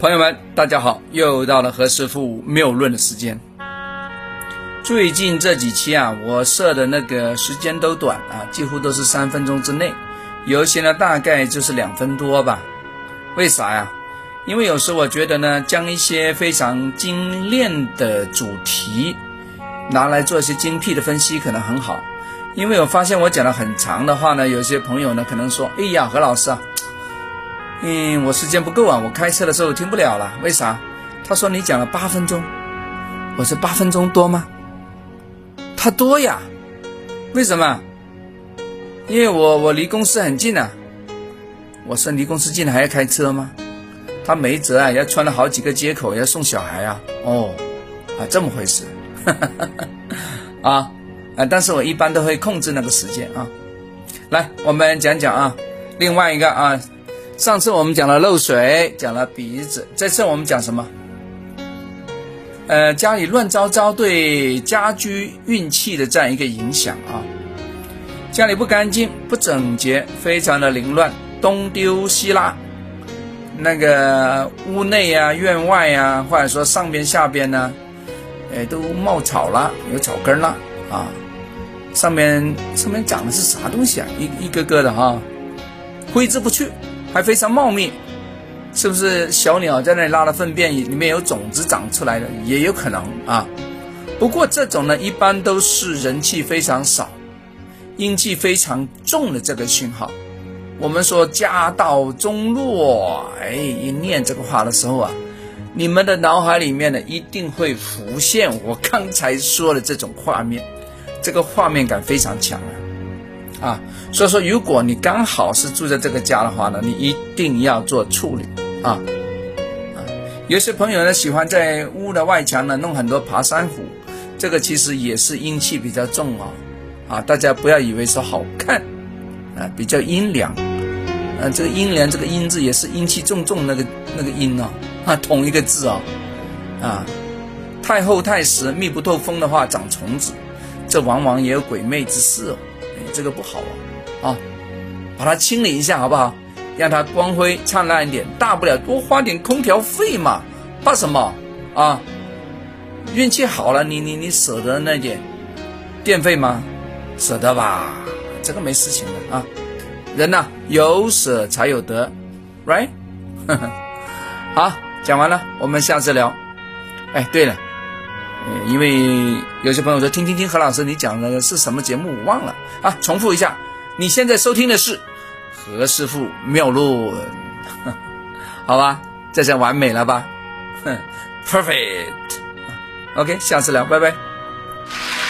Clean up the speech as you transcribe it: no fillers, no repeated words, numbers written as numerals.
朋友们大家好，又到了何师傅谬论的时间。最近这几期我设的那个时间都短几乎都是3分钟之内，有些呢大概就是2分多吧。为啥呀？因为有时我觉得呢，将一些非常精炼的主题拿来做一些精辟的分析可能很好。因为我发现我讲的很长的话呢，有些朋友呢可能说，哎呀何老师我时间不够我开车的时候听不了了。为啥？他说你讲了8分钟。我说8分钟多吗？他多呀。为什么？因为我离公司很近我说离公司近还要开车吗？他没辙要穿了好几个街口，要送小孩这么回事但是我一般都会控制那个时间来我们讲讲另外一个上次我们讲了漏水，讲了鼻子，这次我们讲什么？家里乱糟糟对家居运气的这样一个影响家里不干净不整洁，非常的凌乱，东丢西拉，那个屋内院外或者说上边下边呢都冒草了，有草根了上面长的是啥东西一个个的挥之不去，还非常茂密，是不是小鸟在那里拉了粪便，里面有种子长出来的？也有可能不过这种呢一般都是人气非常少，阴气非常重的这个讯号。我们说家道中落一念这个话的时候你们的脑海里面呢一定会浮现我刚才说的这种画面，这个画面感非常强所以说如果你刚好是住在这个家的话呢，你一定要做处理有些朋友呢喜欢在屋的外墙呢弄很多爬山虎，这个其实也是阴气比较重大家不要以为说好看比较阴凉这个阴凉这个阴字也是阴气重重那个阴同一个字太厚太实密不透风的话长虫子，这往往也有鬼魅之事这个不好把它清理一下好不好？让它光辉灿烂一点，大不了多花点空调费嘛，怕什么运气好了你舍得那点电费吗？舍得吧，这个没事情的人有舍才有得 right 好，讲完了，我们下次聊。对了，因为有些朋友说听何老师你讲的是什么节目我忘了重复一下，你现在收听的是何师傅谬论好吧，这下完美了吧perfect OK 下次聊，拜拜。